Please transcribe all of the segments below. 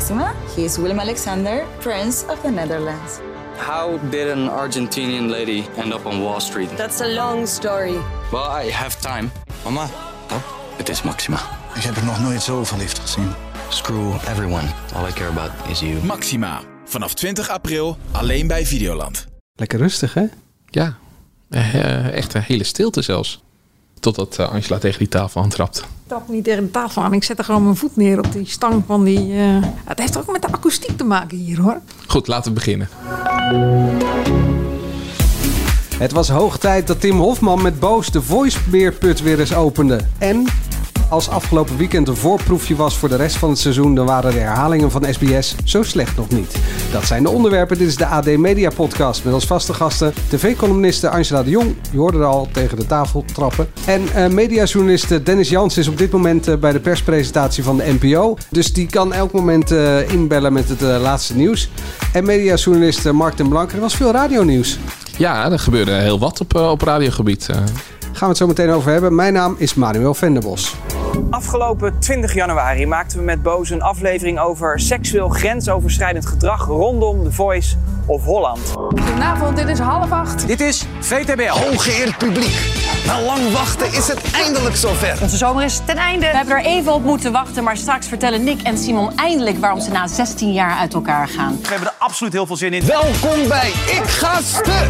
Maxima. He is Willem-Alexander, Prince of the Netherlands. How did an Argentinian lady end up on Wall Street? That's a long story. Well, I have time. Mama, Het is Maxima. ik heb er nog nooit zo verliefd gezien. Screw everyone. All I care about is you. Maxima. Vanaf 20 april alleen bij Videoland. Lekker rustig, hè? Ja, echt een hele stilte zelfs. Totdat Angela tegen die tafel aantrapt. Ik trap niet tegen de tafel aan. Ik zet er gewoon mijn voet neer op die stang van die... Het heeft ook met de akoestiek te maken hier, hoor. Goed, laten we beginnen. Het was hoog tijd dat Tim Hofman met Boos de Voice-beerput weer eens opende. En als afgelopen weekend een voorproefje was voor de rest van het seizoen, dan waren de herhalingen van SBS zo slecht nog niet. Dat zijn de onderwerpen. Dit is de AD Media Podcast met als vaste gasten tv-columniste Angela de Jong. Je hoorde er al tegen de tafel trappen. En mediajournalist Dennis Jans is op dit moment bij de perspresentatie van de NPO. Dus die kan elk moment inbellen met het laatste nieuws. En mediajournalist Mark den Blank. Er was veel radionieuws. Ja, er gebeurde heel wat op radiogebied. Gaan we het zo meteen over hebben. Mijn naam is Manuel Venderbos. Afgelopen 20 januari maakten we met Boos een aflevering over seksueel grensoverschrijdend gedrag rondom The Voice of Holland. Goedenavond, dit is 7:30. Dit is VTBL. Hooggeëerd publiek. Na lang wachten is het eindelijk zover. Onze zomer is ten einde. We hebben er even op moeten wachten, maar straks vertellen Nick en Simon eindelijk waarom ze na 16 jaar uit elkaar gaan. We hebben er absoluut heel veel zin in. Welkom bij Ik Ga Stuk.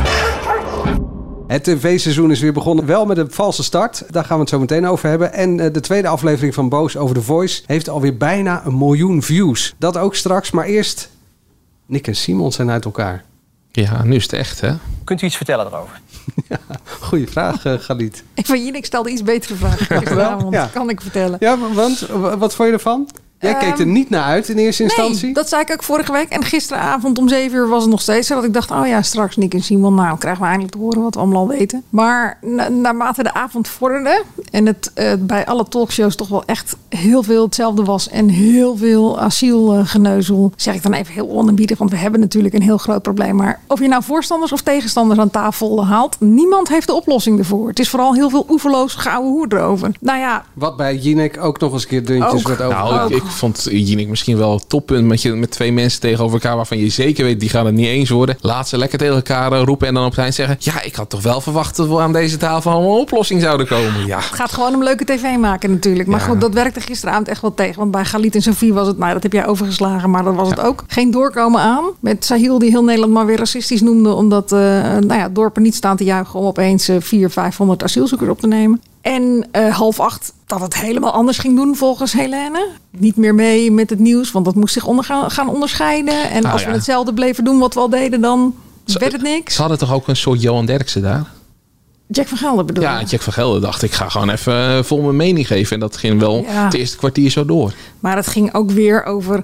Het tv-seizoen is weer begonnen, wel met een valse start. Daar gaan we het zo meteen over hebben. En de tweede aflevering van Boos over The Voice heeft alweer bijna 1 miljoen views. Dat ook straks, maar eerst... Nick en Simon zijn uit elkaar. Ja, nu is het echt, hè? Kunt u iets vertellen erover? Ja, goeie vraag, Galit. Ik van Jinek stelde iets betere vragen gisteravond, Ja. kan ik vertellen. Ja, want wat vond je ervan? Jij keek er niet naar uit in eerste instantie? Nee, dat zei ik ook vorige week. En gisteravond om 7 uur was het nog steeds zo dat ik dacht... oh ja, straks Nick en Simon, nou krijgen we eindelijk te horen wat we allemaal al weten. Maar naarmate de avond vorderde... en het bij alle talkshows toch wel echt heel veel hetzelfde was... en heel veel asielgeneuzel, zeg ik dan even heel oneerbiedig... want we hebben natuurlijk een heel groot probleem. Maar of je nou voorstanders of tegenstanders aan tafel haalt... niemand heeft de oplossing ervoor. Het is vooral heel veel oeverloos gouden hoer erover. Nou ja... Wat bij Jinek ook nog eens een keer duntjes werd over. Nou, ik vond Jinek misschien wel het toppunt met 2 mensen tegenover elkaar waarvan je zeker weet die gaan het niet eens worden. Laat ze lekker tegen elkaar roepen en dan op het eind zeggen... ja, ik had toch wel verwacht dat we aan deze tafel allemaal een oplossing zouden komen. Ja. Het gaat gewoon om leuke tv maken natuurlijk. Maar goed, dat werkte gisteravond echt wel tegen. Want bij Galit en Sophie was het, nou dat heb jij overgeslagen... maar dat was het ook. Geen doorkomen aan. Met Sahil die heel Nederland maar weer racistisch noemde... omdat dorpen niet staan te juichen om opeens 400-500 asielzoekers op te nemen. En 7:30 dat het helemaal anders ging doen volgens Helene. Niet meer mee met het nieuws, want dat moest zich gaan onderscheiden. En als we hetzelfde bleven doen wat we al deden, dan werd het niks. Ze hadden toch ook een soort Johan Derksen daar? Jack van Gelder bedoel je? Ja, Jack van Gelder dacht ik ga gewoon even vol mijn mening geven. En dat ging wel het eerste kwartier zo door. Maar het ging ook weer over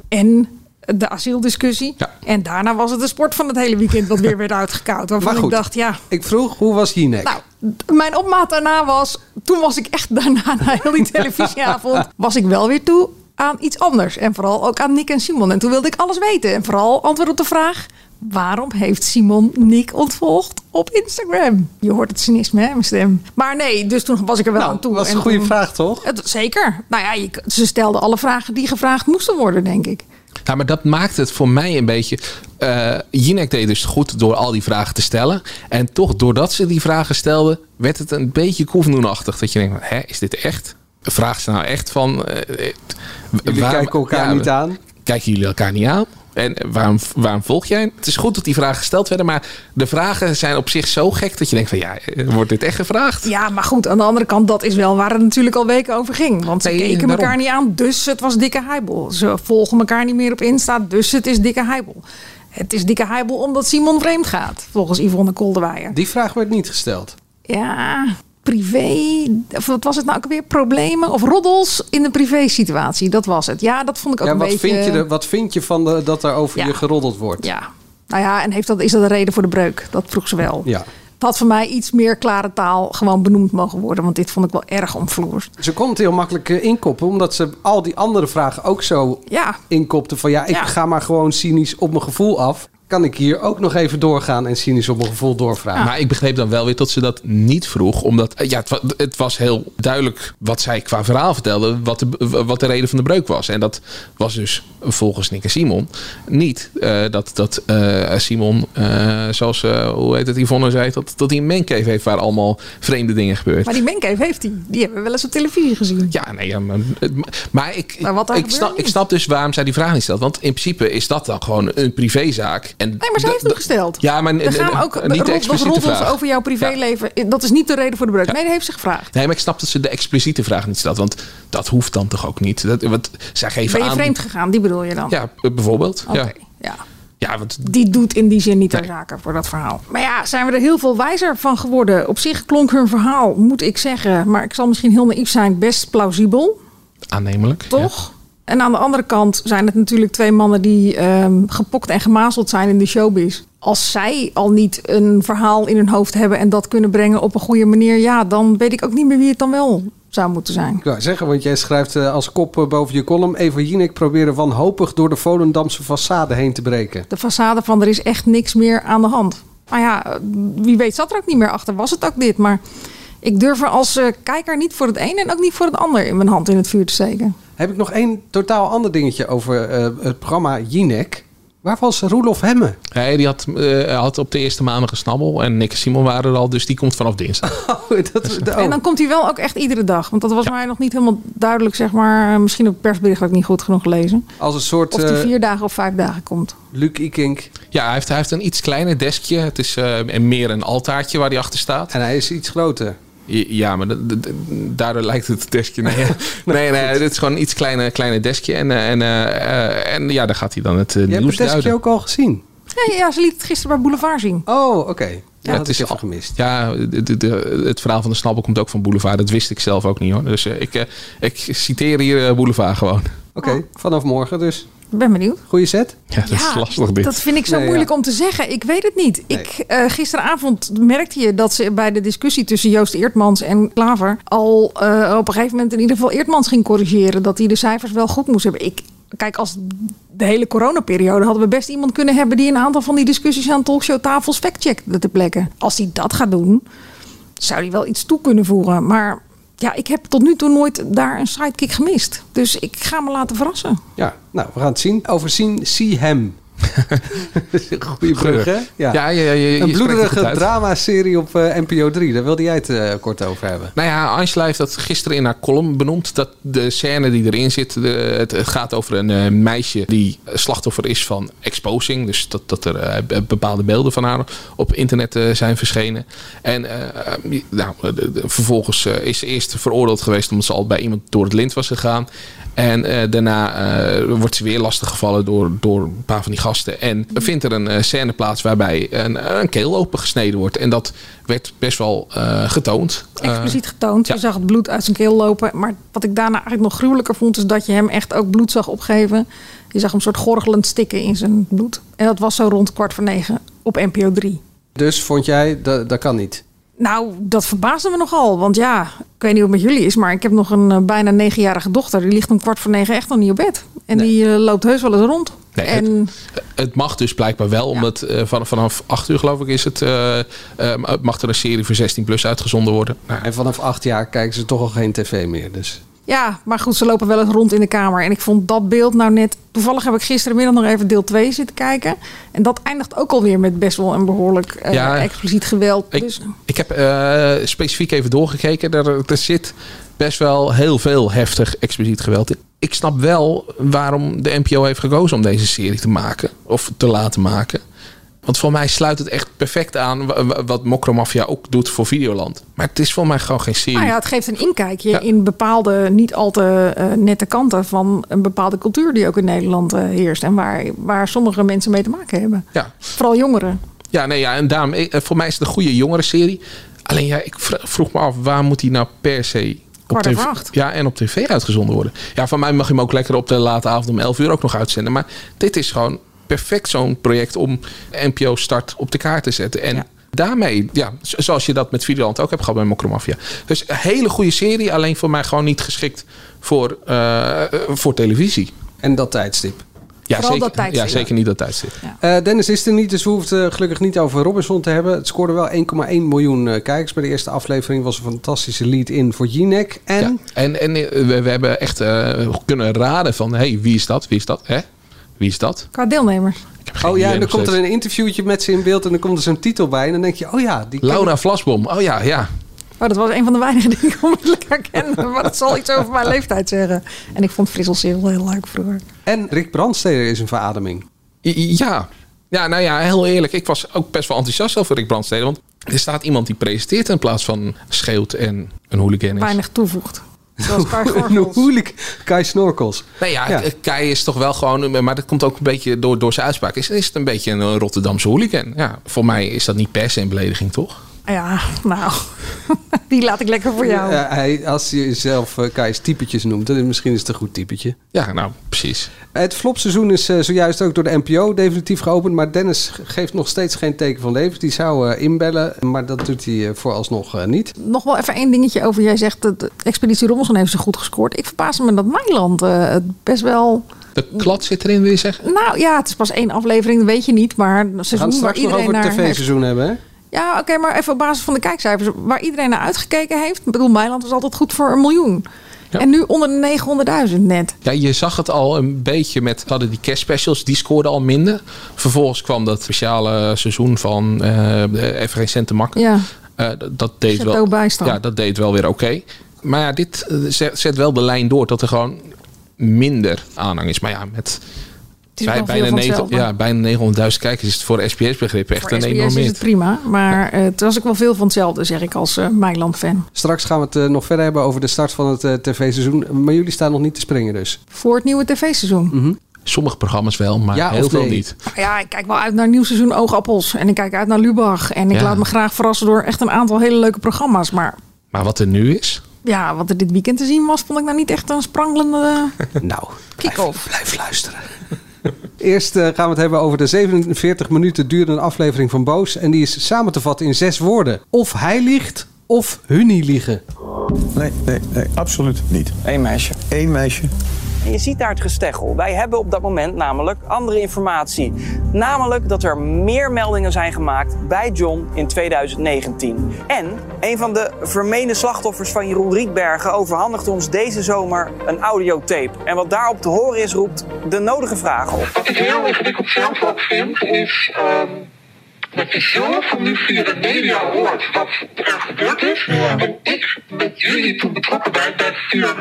de asieldiscussie. Ja. En daarna was het de sport van het hele weekend wat weer werd uitgekoud. Waarvan ik dacht, ik vroeg, hoe was Jinek? Nou, mijn opmaat daarna was... Toen was ik echt daarna, na heel die televisieavond... was ik wel weer toe aan iets anders. En vooral ook aan Nick en Simon. En toen wilde ik alles weten. En vooral antwoord op de vraag... waarom heeft Simon Nick ontvolgd op Instagram? Je hoort het cynisme, hè, mijn stem. Maar nee, dus toen was ik er wel aan toe. Dat was een goede vraag, toch? Zeker. Nou ja, ze stelden alle vragen die gevraagd moesten worden, denk ik. Ja, maar dat maakt het voor mij een beetje... Jinek deed dus goed door al die vragen te stellen. En toch, doordat ze die vragen stelde... werd het een beetje koefnoenachtig. Dat je denkt, hè, is dit echt? Vraagt ze nou echt van... Jullie kijken elkaar niet aan? Kijken jullie elkaar niet aan? En waarom volg jij? Het is goed dat die vragen gesteld werden, maar de vragen zijn op zich zo gek dat je denkt van ja, wordt dit echt gevraagd? Ja, maar goed, aan de andere kant, dat is wel waar het natuurlijk al weken over ging. Want ze keken elkaar niet aan, dus het was dikke heibel. Ze volgen elkaar niet meer op Insta, dus het is dikke heibel. Het is dikke heibel omdat Simon vreemd gaat, volgens Yvonne Kolderweijer. Die vraag werd niet gesteld. Ja, privé, of wat was het nou ook weer? Problemen of roddels in de privé-situatie, dat was het. Ja, dat vond ik ook een beetje... Wat vind je van dat er over je geroddeld wordt? Ja, nou ja, en is dat een reden voor de breuk? Dat vroeg ze wel. Ja. Het had voor mij iets meer klare taal gewoon benoemd mogen worden. Want dit vond ik wel erg omvloers. Ze kon het heel makkelijk inkoppen. Omdat ze al die andere vragen ook zo inkopte. Van ik ga maar gewoon cynisch op mijn gevoel af. kan ik hier ook nog even doorgaan en cynisch op mijn gevoel doorvragen. Maar ik begreep dan wel weer dat ze dat niet vroeg. Omdat het was heel duidelijk wat zij qua verhaal vertelde. Wat de reden van de breuk was. En dat was dus volgens Nick en Simon niet dat Simon, zoals Yvonne zei, dat hij een mancave heeft waar allemaal vreemde dingen gebeuren. Maar die mancave heeft hij. Die hebben we wel eens op televisie gezien. Ja, nee. Maar ik snap dus waarom zij die vraag niet stelt. Want in principe is dat dan gewoon een privézaak. En nee, maar zij heeft hem gesteld. Ja, maar er gaan ook niet de expliciete vraag over jouw privéleven. Ja. Dat is niet de reden voor de breuk. Nee, dat heeft ze gevraagd. Nee, maar ik snap dat ze de expliciete vraag niet stelt. Want dat hoeft dan toch ook niet. Zij geven ben je vreemd gegaan? Die bedoel je dan? Ja, bijvoorbeeld. Oké, ja. Ja, want die doet in die zin niet ter zake voor dat verhaal. Maar ja, zijn we er heel veel wijzer van geworden. Op zich klonk hun verhaal, moet ik zeggen. Maar ik zal misschien heel naïef zijn, best plausibel. Aannemelijk. Toch? Ja. En aan de andere kant zijn het natuurlijk 2 mannen die gepokt en gemazeld zijn in de showbiz. Als zij al niet een verhaal in hun hoofd hebben en dat kunnen brengen op een goede manier, ja, dan weet ik ook niet meer wie het dan wel zou moeten zijn. Ik wou zeggen, want jij schrijft als kop boven je column: Eva Jinek probeerde wanhopig door de Volendamse façade heen te breken. De façade van er is echt niks meer aan de hand. Maar ja, wie weet zat er ook niet meer achter. Was het ook dit, maar ik durf er als kijker niet voor het een en ook niet voor het ander in mijn hand in het vuur te steken. Heb ik nog 1 totaal ander dingetje over het programma Jinek. Waar was Roelof Hemme? Nee, die had op de eerste maandag een snabbel. En Nick en Simon waren er al, dus die komt vanaf dinsdag. En dan komt hij wel ook echt iedere dag. Want dat was mij nog niet helemaal duidelijk, zeg maar. Misschien op het persbericht ook niet goed genoeg gelezen. Als een soort... Of die 4 dagen of 5 dagen komt. Luc Ikink. Ja, hij heeft een iets kleiner deskje. Het is meer een altaartje waar hij achter staat. En hij is iets groter. Ja, maar daardoor lijkt het deskje. Nee, dit is gewoon een iets kleiner deskje. En ja, daar gaat hij dan het nieuws duiden. Je hebt het deskje ook al gezien? Nee, ja, ze liet het gisteren bij Boulevard zien. Oh, oké. Ja, dat het is is even gemist. Ja, het verhaal van de snabbel komt ook van Boulevard. Dat wist ik zelf ook niet, hoor. Dus ik citeer hier Boulevard gewoon. Oké, vanaf morgen dus. Ik ben benieuwd. Goeie set? Ja, dat is lastig dit. Dat vind ik zo moeilijk om te zeggen. Ik weet het niet. Nee. Gisteravond merkte je dat ze bij de discussie tussen Joost Eertmans en Klaver al op een gegeven moment in ieder geval Eertmans ging corrigeren. Dat hij de cijfers wel goed moest hebben. Kijk, als de hele coronaperiode hadden we best iemand kunnen hebben die een aantal van die discussies aan talkshowtafels factcheckt te plekken. Als hij dat gaat doen, zou hij wel iets toe kunnen voegen. Maar ja, ik heb tot nu toe nooit daar een sidekick gemist. Dus ik ga me laten verrassen. Ja, nou, we gaan het zien. Over See Hem. Goeie brug, hè? Ja. Een bloederige dramaserie op NPO 3. Daar wilde jij het kort over hebben. Nou ja, Angela heeft dat gisteren in haar column benoemd. Dat de scène die erin zit, het gaat over een meisje die slachtoffer is van exposing. Dus dat er bepaalde beelden van haar op internet zijn verschenen. En vervolgens is ze eerst veroordeeld geweest omdat ze al bij iemand door het lint was gegaan. En daarna wordt ze weer lastiggevallen door een paar van die gasten. En vindt er een scène plaats waarbij een keel opengesneden wordt. En dat werd best wel getoond. Expliciet getoond. Ja. Je zag het bloed uit zijn keel lopen. Maar wat ik daarna eigenlijk nog gruwelijker vond, is dat je hem echt ook bloed zag opgeven. Je zag hem soort gorgelend stikken in zijn bloed. En dat was zo rond 8:45 op NPO 3. Dus vond jij, dat kan niet? Nou, dat verbaasde me nogal. Want ja, ik weet niet hoe het met jullie is, maar ik heb nog een bijna 9-jarige dochter. Die ligt om 8:45 echt nog niet op bed. En die loopt heus wel eens rond. Nee, het mag dus blijkbaar wel, omdat vanaf 8 uur geloof ik is het, mag er een serie voor 16+ uitgezonden worden. Nou, en vanaf 8 jaar kijken ze toch al geen tv meer. Dus. Ja, maar goed, ze lopen wel eens rond in de kamer. En ik vond dat beeld nou net... Toevallig heb ik gisterenmiddag nog even deel 2 zitten kijken. En dat eindigt ook alweer met best wel een behoorlijk expliciet geweld. Ik heb specifiek even doorgekeken. Er zit best wel heel veel heftig expliciet geweld in. Ik snap wel waarom de NPO heeft gekozen om deze serie te maken. Of te laten maken. Want voor mij sluit het echt perfect aan wat Mokromafia ook doet voor Videoland. Maar het is voor mij gewoon geen serie. Nou ja, het geeft een inkijkje in bepaalde niet al te nette kanten van een bepaalde cultuur die ook in Nederland heerst. En waar sommige mensen mee te maken hebben. Ja. Vooral jongeren. Ja, en daarom, voor mij is het een goede jongerenserie. Alleen ik vroeg me af, waar moet die nou per se op TV, en op tv uitgezonden worden? Ja, van mij mag je hem ook lekker op de late avond om 11 uur ook nog uitzenden. Maar dit is gewoon perfect zo'n project om NPO Start op de kaart te zetten. En daarmee, zoals je dat met Videoland ook hebt gehad bij Mokromafia. Dus een hele goede serie, alleen voor mij gewoon niet geschikt voor televisie. En dat tijdstip? Vooral dat tijdstip. Ja, zeker niet dat tijdstip. Ja. Dennis is er niet, dus we hoeven het gelukkig niet over Robinson te hebben. Het scoorde wel 1,1 miljoen kijkers. Bij de eerste aflevering was een fantastische lead-in voor Jinek. En we hebben echt kunnen raden van... wie is dat? Wie is dat? Hè? Wie is dat? Qua deelnemers. En dan komt er een interviewtje met ze in beeld... en dan komt er zo'n titel bij. En dan denk je, Laura Vlasboom. Oh ja. Oh, dat was een van de weinige dingen die ik onmiddellijk herkende. Maar dat zal iets over mijn leeftijd zeggen. En ik vond Frisselseel heel leuk vroeger. En Rick Brandsteder is een verademing. Ja, nou ja, heel eerlijk. Ik was ook best wel enthousiast over Rick Brandsteder. Want er staat iemand die presenteert in plaats van schreeuwt en een hooligan is. Weinig toevoegt. Zoals Kai Snorkels. Kai is toch wel gewoon... Maar dat komt ook een beetje door zijn uitspraak. Is het een beetje een Rotterdamse hooligan? Ja, voor mij is dat niet per se een belediging, toch? Ja, nou... Die laat ik lekker voor jou. Als je jezelf Kai's typetjes noemt... dan misschien is het een goed typetje. Ja, nou, precies. Het flopseizoen is zojuist ook door de NPO definitief geopend... maar Dennis geeft nog steeds geen teken van leven. Die zou inbellen, maar dat doet hij vooralsnog niet. Nog wel even één dingetje over. Jij zegt dat Expeditie Robinson heeft zo goed gescoord. Ik verbaas me dat Meiland best wel... De klad zit erin, wil je zeggen? Nou ja, het is pas 1 aflevering, dat weet je niet. Maar een seizoen we gaan het straks nog over het tv-seizoen hebben, hè? Ja, oké, maar even op basis van de kijkcijfers. Waar iedereen naar uitgekeken heeft. Ik bedoel, Meiland was altijd goed voor 1 miljoen. Ja. En nu onder de 900.000 net. Ja, je zag het al een beetje met... hadden die kerstspecials, die scoorden al minder. Vervolgens kwam dat speciale seizoen van Even geen cent te makkelijk. Ja. Dat deed wel. Bijstand. Ja, dat deed wel weer oké. Maar ja, dit zet wel de lijn door dat er gewoon minder aanhang is. Maar ja, met... bijna 900.000 kijkers is het voor SBS-begrip echt een enorm SBS is het prima, maar het was ook wel veel van hetzelfde, zeg ik als Meiland-fan. Straks gaan we het nog verder hebben over de start van het tv-seizoen. Maar jullie staan nog niet te springen dus. Voor het nieuwe tv-seizoen. Mm-hmm. Sommige programma's wel, maar heel veel niet. Ja, ik kijk wel uit naar een nieuw seizoen Oogappels. En ik kijk uit naar Lubach. En ik laat me graag verrassen door echt een aantal hele leuke programma's. Maar wat er nu is... Ja, wat er dit weekend te zien was, vond ik nou niet echt een sprangelende kick-off. Blijf luisteren. Eerst gaan we het hebben over de 47 minuten durende aflevering van Boos. En die is samen te vatten in 6 woorden. Of hij liegt, of hunnie liegen. Nee, absoluut niet. 1 meisje. 1 meisje. En je ziet daar het gesteggel. Wij hebben op dat moment namelijk andere informatie. Namelijk dat er meer meldingen zijn gemaakt bij John in 2019. En een van de vermeende slachtoffers van Jeroen Rietbergen overhandigt ons deze zomer een audiotape. En wat daarop te horen is, roept de nodige vragen op. Wat ik heel ingewikkeld zelf ook vind, is dat je zelf nu via de media hoort wat er gebeurd is. Ja. En ik met jullie toen betrokken ben bij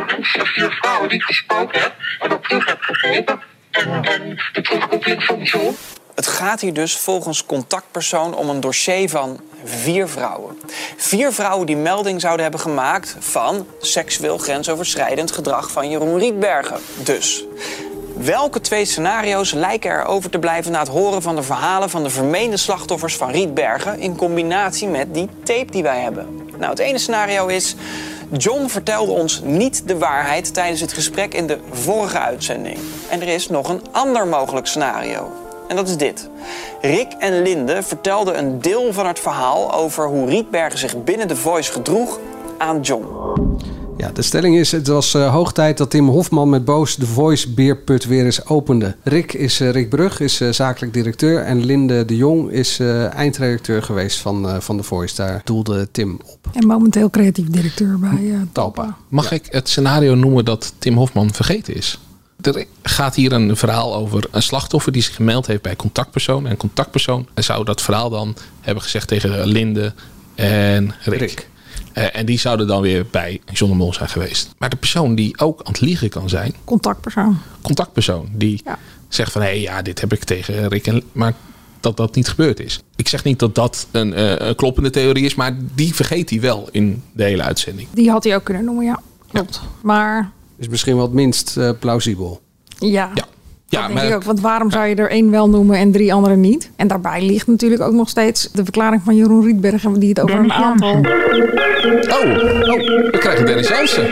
4 vrouwen die ik gesproken heb en ook terug heb gegrepen. En de terugkoppeling van John. Het gaat hier dus volgens contactpersoon om een dossier van 4 vrouwen. 4 vrouwen die melding zouden hebben gemaakt van seksueel grensoverschrijdend gedrag van Jeroen Rietbergen. Dus... welke 2 scenario's lijken er over te blijven na het horen van de verhalen van de vermeende slachtoffers van Rietbergen in combinatie met die tape die wij hebben? Nou, het ene scenario is: John vertelde ons niet de waarheid tijdens het gesprek in de vorige uitzending. En er is nog een ander mogelijk scenario. En dat is dit. Rick en Linde vertelden een deel van het verhaal over hoe Rietbergen zich binnen The Voice gedroeg aan John. Ja, de stelling is, het was hoog tijd dat Tim Hofman met Boos The Voice beerput weer eens opende. Rick Brug is zakelijk directeur en Linde de Jong is eindredacteur geweest van The Voice. Daar doelde Tim op. En momenteel creatief directeur bij Talpa. Mag ik het scenario noemen dat Tim Hofman vergeten is? Er gaat hier een verhaal over een slachtoffer die zich gemeld heeft bij contactpersoon. En contactpersoon zou dat verhaal dan hebben gezegd tegen Linde en Rick. En die zouden dan weer bij John de Mol zijn geweest. Maar de persoon die ook aan het liegen kan zijn... Contactpersoon. Die zegt van... dit heb ik tegen Rick. Maar dat niet gebeurd is. Ik zeg niet dat dat een kloppende theorie is. Maar die vergeet hij wel in de hele uitzending. Die had hij ook kunnen noemen, ja. Klopt. Maar... is misschien wel het minst plausibel. Ja, denk ik ook. Want waarom zou je er 1 wel noemen en 3 anderen niet? En daarbij ligt natuurlijk ook nog steeds de verklaring van Jeroen Rietbergen, die het over een aantal... we krijgen Dennis Jansen.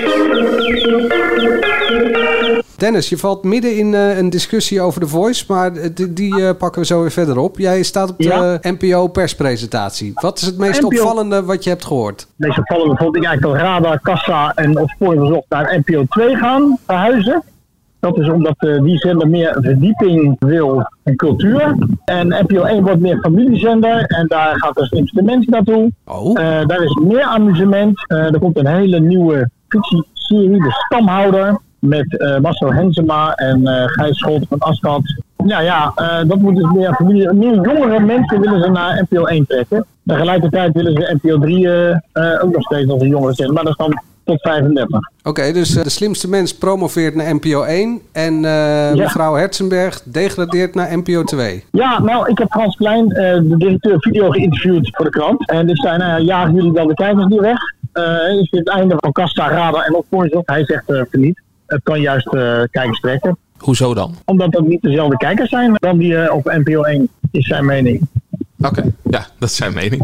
Dennis, je valt midden in een discussie over The Voice, maar die pakken we zo weer verder op. Jij staat op de NPO perspresentatie. Wat is het meest opvallende wat je hebt gehoord? Het meest opvallende vond ik eigenlijk dat Radar, Kassa en Opsporing Verzocht naar NPO 2 gaan verhuizen. Dat is omdat die zender meer verdieping wil en cultuur. En NPO 1 wordt meer familiezender. En daar gaat de slimste mens naartoe. Daar is meer amusement. Er komt een hele nieuwe fictieserie, De Stamhouder. Met Marcel Hensema en Gijs Scholten van Ascot. Dat moet dus meer familie. Meer jongere mensen willen ze naar NPO 1 trekken. Tegelijkertijd willen ze NPO 3 ook nog steeds als een jongere zender. Maar dat is dan tot 35. Oké, dus de slimste mens promoveert naar NPO 1 en mevrouw Herzenberg degradeert naar NPO 2. Ja, nou, ik heb Frans Klein, de directeur video, geïnterviewd voor de krant. En ik zei, jagen jullie dan de kijkers niet weg? Is dit het einde van Kasta, Radar en Oppoints? Hij zegt niet. Het kan juist kijkers trekken. Hoezo dan? Omdat dat niet dezelfde kijkers zijn dan die op NPO 1, is zijn mening. Oké, ja, dat is zijn mening.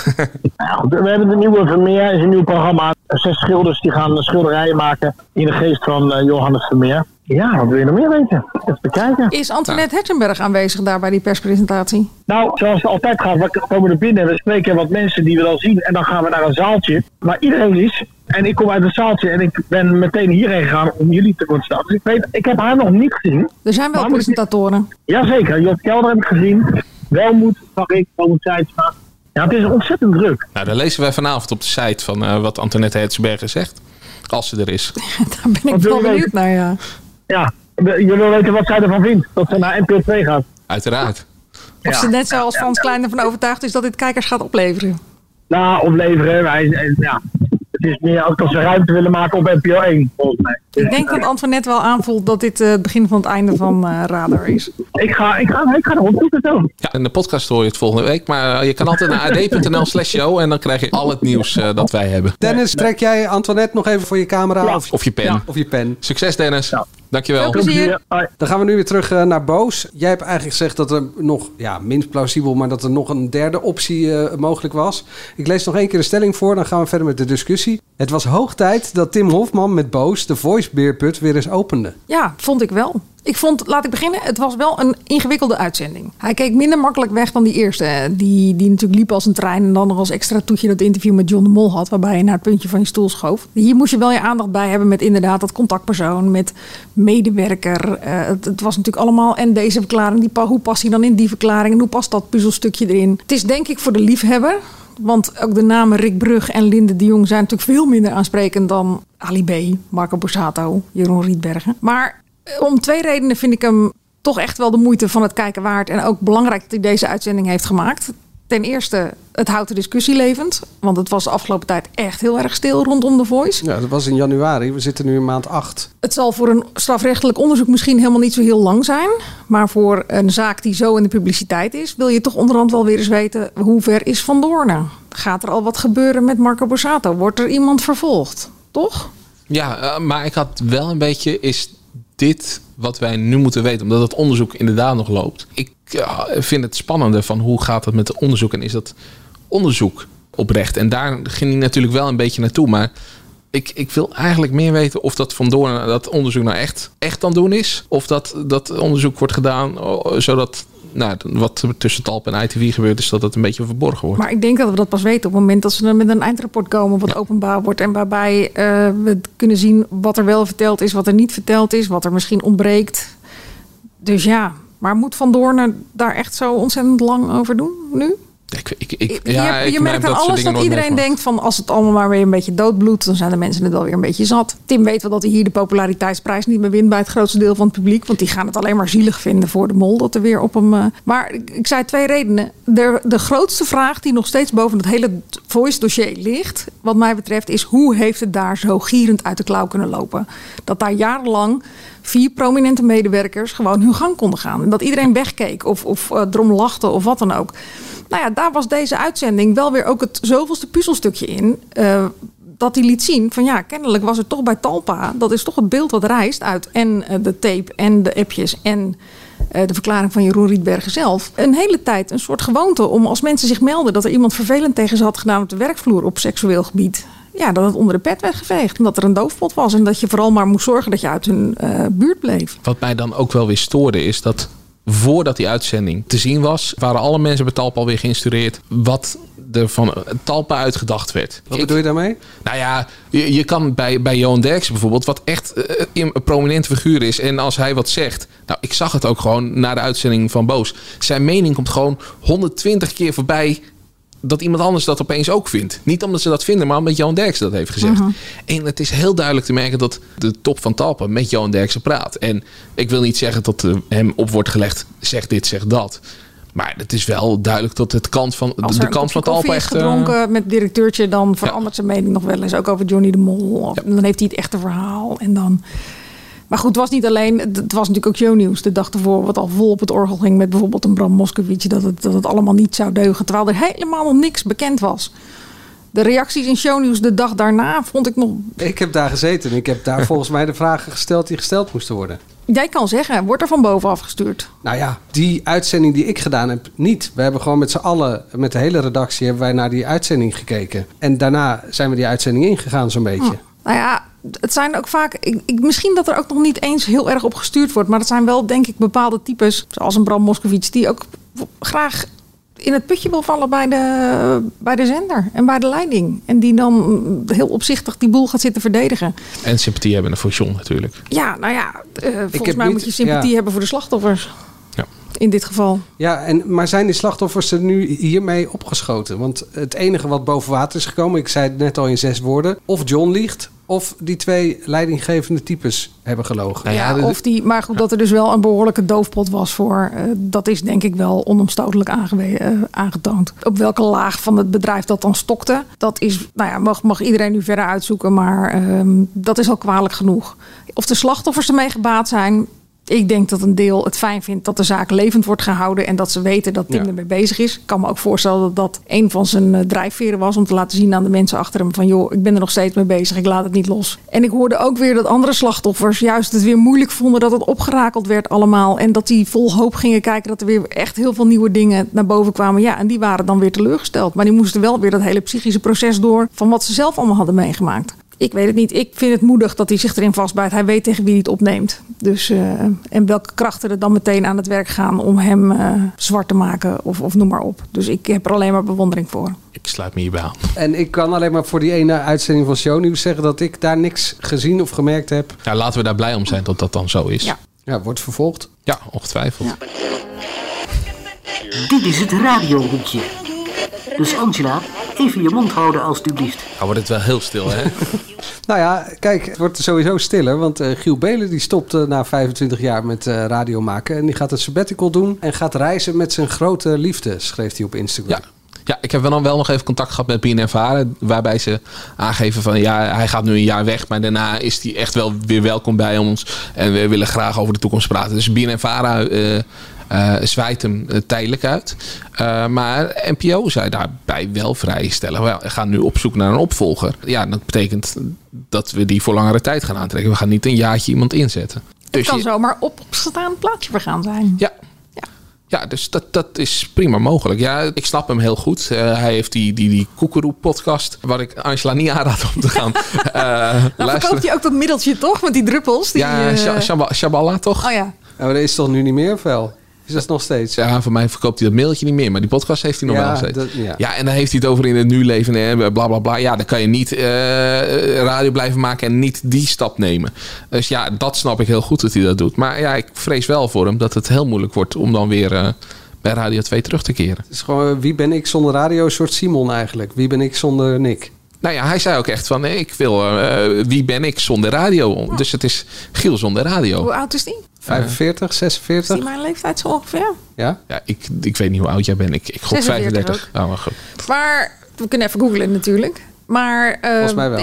We hebben de nieuwe Vermeer, is een nieuw programma. 6 schilders die gaan schilderijen maken in de geest van Johannes Vermeer. Ja, wat wil je nog meer weten? Even bekijken. Is Antoinette Herzenberg aanwezig daar bij die perspresentatie? Nou, zoals het altijd gaat, we komen er binnen en we spreken wat mensen die we dan zien. En dan gaan we naar een zaaltje waar iedereen is. En ik kom uit het zaaltje en ik ben meteen hierheen gegaan om jullie te constateren. Dus ik heb haar nog niet gezien. Er zijn wel presentatoren. Jazeker, Jot Kelder heb ik gezien. Welmoed zag ik, Welmoed Zijtsma. Ja, het is ontzettend druk. Nou, dan lezen wij vanavond op de site van wat Antoinette Herzenberg zegt. Als ze er is. Daar ben ik wel benieuwd naar, ja. Ja, je wil weten wat zij ervan vindt. Dat ze naar NPO 2 gaat. Uiteraard. Of ze net zoals Frans Klein ervan overtuigd is dat dit kijkers gaat opleveren. Nou, opleveren. Het is meer als ze ruimte willen maken op NPO 1, volgens mij. Ik denk dat Antoinette wel aanvoelt dat dit het begin van het einde van Radar is. Ik ga erop zoeken. Ja, in de podcast hoor je het volgende week. Maar je kan altijd naar ad.nl/show en dan krijg je al het nieuws dat wij hebben. Dennis, trek jij Antoinette nog even voor je camera? Ja. Of je pen. Ja. Of je pen. Succes, Dennis. Ja. Dankjewel. Veel plezier. Dan gaan we nu weer terug naar Boos. Jij hebt eigenlijk gezegd dat er nog, minst plausibel, maar dat er nog een derde optie mogelijk was. Ik lees nog één keer de stelling voor, dan gaan we verder met de discussie. Het was hoog tijd dat Tim Hofman met Boos de Voice beerput weer eens opende. Ja, vond ik wel. Ik vond, laat ik beginnen, het was wel een ingewikkelde uitzending. Hij keek minder makkelijk weg dan die eerste. Die natuurlijk liep als een trein en dan nog als extra toetje dat interview met John de Mol had, waarbij je naar het puntje van je stoel schoof. Hier moest je wel je aandacht bij hebben met inderdaad dat contactpersoon, met medewerker. Het was natuurlijk allemaal en deze verklaring, hoe past hij dan in die verklaring en hoe past dat puzzelstukje erin. Het is denk ik voor de liefhebber. Want ook de namen Rick Brug en Linde de Jong zijn natuurlijk veel minder aansprekend dan Ali B, Marco Borsato, Jeroen Rietbergen. Maar om 2 redenen vind ik hem toch echt wel de moeite van het kijken waard. En ook belangrijk dat hij deze uitzending heeft gemaakt. Ten eerste, het houdt de discussie levend. Want het was de afgelopen tijd echt heel erg stil rondom The Voice. Ja, dat was in januari. We zitten nu in maand 8. Het zal voor een strafrechtelijk onderzoek misschien helemaal niet zo heel lang zijn. Maar voor een zaak die zo in de publiciteit is, wil je toch onderhand wel weer eens weten, hoe ver is Van Doornen? Gaat er al wat gebeuren met Marco Borsato? Wordt er iemand vervolgd? Toch? Ja, maar ik had wel een beetje, is dit wat wij nu moeten weten, omdat het onderzoek inderdaad nog loopt. Ik vind het spannende van hoe gaat het met het onderzoek en is dat onderzoek oprecht? En daar ging hij natuurlijk wel een beetje naartoe, maar ik wil eigenlijk meer weten of dat Van Doornen dat onderzoek nou echt aan het doen is, of dat onderzoek wordt gedaan zodat wat er tussen Talp en ITV gebeurt is, dat het een beetje verborgen wordt. Maar ik denk dat we dat pas weten op het moment dat ze er met een eindrapport komen wat openbaar wordt en waarbij we kunnen zien wat er wel verteld is, wat er niet verteld is, wat er misschien ontbreekt. Dus ja, maar moet Van Doornen daar echt zo ontzettend lang over doen nu? Je merkt aan alles dat iedereen denkt van als het allemaal maar weer een beetje doodbloedt, dan zijn de mensen het wel weer een beetje zat. Tim weet wel dat hij hier de populariteitsprijs niet meer wint bij het grootste deel van het publiek, want die gaan het alleen maar zielig vinden voor de Mol dat er weer op hem. Maar ik zei 2 redenen. De grootste vraag die nog steeds boven het hele Voice dossier ligt, wat mij betreft, is hoe heeft het daar zo gierend uit de klauw kunnen lopen? Dat daar jarenlang 4 prominente medewerkers gewoon hun gang konden gaan. En dat iedereen wegkeek of erom lachte of wat dan ook. Nou ja, daar was deze uitzending wel weer ook het zoveelste puzzelstukje in. Dat hij liet zien van kennelijk was er toch bij Talpa. Dat is toch het beeld wat reist uit en de tape en de appjes en de verklaring van Jeroen Rietbergen zelf. Een hele tijd een soort gewoonte om als mensen zich melden dat er iemand vervelend tegen ze had gedaan op de werkvloer op seksueel gebied. Ja, dat het onder de pet werd geveegd. Omdat er een doofpot was. En dat je vooral maar moest zorgen dat je uit hun buurt bleef. Wat mij dan ook wel weer stoorde is dat voordat die uitzending te zien was, waren alle mensen bij Talpa alweer geïnstrueerd wat er van Talpa uitgedacht werd. Wat bedoel je daarmee? Nou ja, je kan bij Johan Derksen bijvoorbeeld, wat echt een prominente figuur is. En als hij wat zegt, nou ik zag het ook gewoon na de uitzending van Boos. Zijn mening komt gewoon 120 keer voorbij dat iemand anders dat opeens ook vindt. Niet omdat ze dat vinden, maar omdat Johan Derksen dat heeft gezegd. En het is heel duidelijk te merken dat de top van Talpa met Johan Derksen praat. En ik wil niet zeggen dat hem op wordt gelegd, zeg dit, zeg dat. Maar het is wel duidelijk dat de kant van Talpa echt gedronken met het directeurtje, dan verandert zijn mening nog wel eens. Ook over Johnny de Mol. Dan heeft hij het echte verhaal. En dan... Maar goed, het was niet alleen. Het was natuurlijk ook shownieuws de dag ervoor, wat al vol op het orgel ging met bijvoorbeeld een Bram Moskowitz, dat het allemaal niet zou deugen, terwijl er helemaal nog niks bekend was. De reacties in shownieuws de dag daarna vond ik nog... Ik heb daar gezeten en ik heb daar volgens mij de vragen gesteld die gesteld moesten worden. Jij kan zeggen, wordt er van bovenaf gestuurd? Nou ja, die uitzending die ik gedaan heb, niet. We hebben gewoon met z'n allen, met de hele redactie, hebben wij naar die uitzending gekeken. En daarna zijn we die uitzending ingegaan zo'n beetje. Nou ja, het zijn ook vaak... misschien dat er ook nog niet eens heel erg op gestuurd wordt. Maar het zijn wel, denk ik, bepaalde types, zoals een Bram Moskowitz, die ook graag in het putje wil vallen bij de zender en bij de leiding. En die dan heel opzichtig die boel gaat zitten verdedigen. En sympathie hebben voor John natuurlijk. Ja, nou ja, volgens mij moet je sympathie hebben voor de slachtoffers. Ja. In dit geval. Ja, maar zijn die slachtoffers er nu hiermee opgeschoten? Want het enige wat boven water is gekomen, ik zei het net al in 6 woorden, of John liegt, of die 2 leidinggevende types hebben gelogen. Nou ja, maar goed, dat er dus wel een behoorlijke doofpot was voor. Dat is denk ik wel onomstotelijk aangetoond. Op welke laag van het bedrijf dat dan stokte, dat is, nou ja, mag iedereen nu verder uitzoeken, maar dat is al kwalijk genoeg. Of de slachtoffers ermee gebaat zijn, ik denk dat een deel het fijn vindt dat de zaak levend wordt gehouden en dat ze weten dat Tim ermee bezig is. Ik kan me ook voorstellen dat dat een van zijn drijfveren was om te laten zien aan de mensen achter hem van joh, ik ben er nog steeds mee bezig, ik laat het niet los. En ik hoorde ook weer dat andere slachtoffers juist het weer moeilijk vonden dat het opgerakeld werd allemaal en dat die vol hoop gingen kijken dat er weer echt heel veel nieuwe dingen naar boven kwamen. Ja, en die waren dan weer teleurgesteld. Maar die moesten wel weer dat hele psychische proces door van wat ze zelf allemaal hadden meegemaakt. Ik weet het niet. Ik vind het moedig dat hij zich erin vastbijt. Hij weet tegen wie hij het opneemt. Dus, en welke krachten er dan meteen aan het werk gaan om hem zwart te maken of noem maar op. Dus ik heb er alleen maar bewondering voor. Ik sluit me hierbij aan. En ik kan alleen maar voor die ene uitzending van Shownieuws zeggen dat ik daar niks gezien of gemerkt heb. Ja, laten we daar blij om zijn dat dat dan zo is. Ja, wordt vervolgd. Ja, ongetwijfeld. Ja. Dit is het radiohoekje. Dus Angela, even je mond houden alstublieft. Nou wordt het wel heel stil, hè? Nou ja, kijk, het wordt sowieso stiller. Want Giel Belen die stopt na 25 jaar met radio maken. En die gaat een sabbatical doen en gaat reizen met zijn grote liefde, schreef hij op Instagram. Ja, ik heb wel nog even contact gehad met BNNVARA, waarbij ze aangeven van ja, hij gaat nu een jaar weg, maar daarna is hij echt wel weer welkom bij ons. En we willen graag over de toekomst praten. Dus BNNVARA zwaait hem tijdelijk uit. Maar NPO zei daarbij wel vrijstellen. We gaan nu op zoek naar een opvolger. Ja, dat betekent dat we die voor langere tijd gaan aantrekken. We gaan niet een jaartje iemand inzetten. Het kan zomaar opstaand plaatsje vergaan zijn. Ja, dus dat is prima mogelijk. Ja, ik snap hem heel goed. Hij heeft die Koekeroe-podcast, waar ik Angela niet aanraad om te gaan luisteren. Verkoopt hij ook dat middeltje toch, met die druppels? Shabala toch? Oh ja. Maar dat is toch nu niet meer, of wel? Is dat nog steeds? Ja, voor mij verkoopt hij dat middeltje niet meer. Maar die podcast heeft hij nog wel steeds. Ja, en dan heeft hij het over in het nu leven en bla bla bla. Ja, dan kan je niet radio blijven maken en niet die stap nemen. Dus ja, dat snap ik heel goed dat hij dat doet. Maar ja, ik vrees wel voor hem dat het heel moeilijk wordt om dan weer bij Radio 2 terug te keren. Het is gewoon, wie ben ik zonder radio? Een soort Simon eigenlijk. Wie ben ik zonder Nick? Nou ja, hij zei ook echt van, nee, ik wil, wie ben ik zonder radio? Oh. Dus het is Giel zonder radio. Hoe oud is die? 45, 46? Is die mijn leeftijd zo ongeveer? Ja, ik weet niet hoe oud jij bent. Ik gok 35. Oh, maar goed. Maar we kunnen even googlen natuurlijk. Maar volgens mij wel.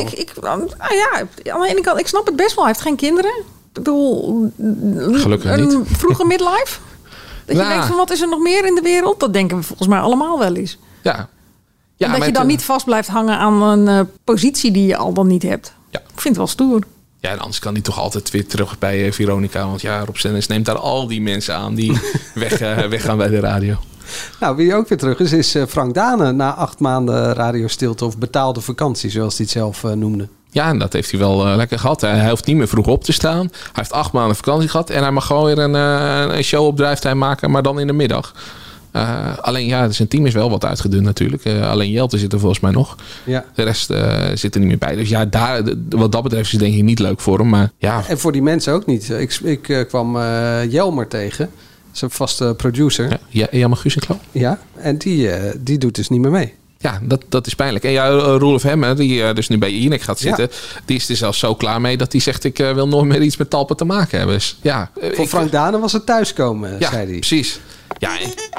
Aan de ene kant, ik snap het best wel. Hij heeft geen kinderen. Ik bedoel, gelukkig niet. Een vroege midlife. Dat je denkt van, wat is er nog meer in de wereld? Dat denken we volgens mij allemaal wel eens. Ja. En dat je dan niet vast blijft hangen aan een positie die je al dan niet hebt. Ja. Ik vind het wel stoer. Ja, en anders kan hij toch altijd weer terug bij Veronica. Want ja, Rob Stenders neemt daar al die mensen aan die weggaan bij de radio. Nou, wie ook weer terug is Frank Dane na 8 maanden radiostilte of betaalde vakantie, zoals hij het zelf noemde. Ja, en dat heeft hij wel lekker gehad. Hij hoeft niet meer vroeg op te staan. Hij heeft 8 maanden vakantie gehad. En hij mag gewoon weer een show op drijftijd maken, maar dan in de middag. Alleen zijn team is wel wat uitgedund natuurlijk. Alleen Jelte zit er volgens mij nog. Ja. De rest zit er niet meer bij. Dus ja, wat dat betreft is het denk ik niet leuk voor hem. Maar ja. En voor die mensen ook niet. Ik kwam Jelmer tegen. Zijn vaste producer. Ja, Jelmer Gusenklo. Ja, en die doet dus niet meer mee. Ja, dat is pijnlijk. En ja, Roelof Hemme, die dus nu bij Jinek gaat zitten, die is er zelfs zo klaar mee dat hij zegt, ik wil nooit meer iets met Talpa te maken hebben. Dus, ja, voor Frank Dane was het thuiskomen, zei hij. Precies. Ja,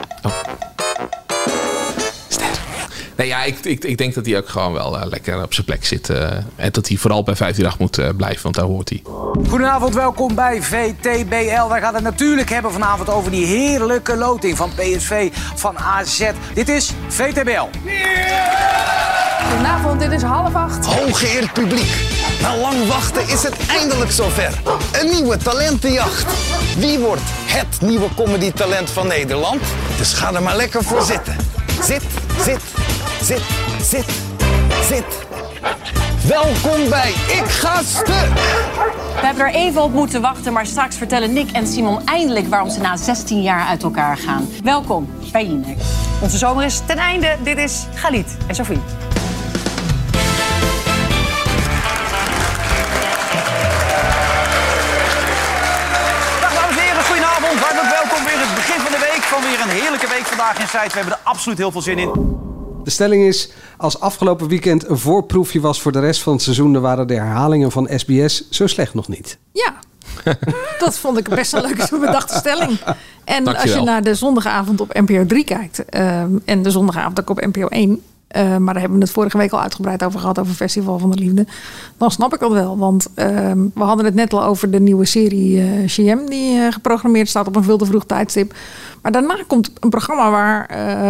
Nee, ja, ik denk dat hij ook gewoon wel lekker op zijn plek zit. En dat hij vooral bij 538 moet blijven, want daar hoort hij. Goedenavond, welkom bij VTBL. Wij gaan het natuurlijk hebben vanavond over die heerlijke loting van PSV van AZ. Dit is VTBL. Goedenavond, dit is 7:30. Hooggeëerd publiek. Na lang wachten is het eindelijk zover. Een nieuwe talentenjacht. Wie wordt het nieuwe comedytalent van Nederland? Dus ga er maar lekker voor zitten. Zit. Welkom bij Ik Ga Stuk. We hebben er even op moeten wachten, maar straks vertellen Nick en Simon eindelijk waarom ze na 16 jaar uit elkaar gaan. Welkom bij Jinek. Onze zomer is ten einde. Dit is Galit en Sophie. Dag dames en heren, goedenavond. Hartelijk welkom weer het begin van de week. Van weer een heerlijke week vandaag in Site. We hebben er absoluut heel veel zin in. De stelling is, als afgelopen weekend een voorproefje was voor de rest van het seizoen, dan waren de herhalingen van SBS zo slecht nog niet. Ja, dat vond ik best een leuke bedachte stelling. En Dankjewel. Als je naar de zondagavond op NPO 3 kijkt en de zondagavond ook op NPO 1... maar daar hebben we het vorige week al uitgebreid over gehad, over Festival van de Liefde. Dan snap ik dat wel, want we hadden het net al over de nieuwe serie CM die geprogrammeerd staat op een veel te vroeg tijdstip. Maar daarna komt een programma waar,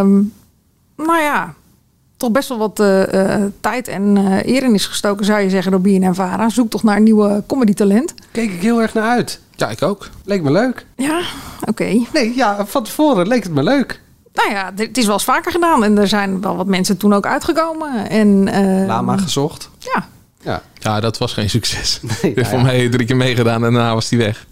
toch best wel wat tijd en eer in is gestoken, zou je zeggen, door BNNVARA. Zoek toch naar een nieuwe comedytalent. Keek ik heel erg naar uit. Ja, ik ook. Leek me leuk. Ja, oké. Nee, ja, van tevoren leek het me leuk. Nou ja, het is wel eens vaker gedaan. En er zijn wel wat mensen toen ook uitgekomen. En, Lama gezocht. Ja, dat was geen succes. Nee, heeft voor mij 3 keer meegedaan en daarna was hij weg.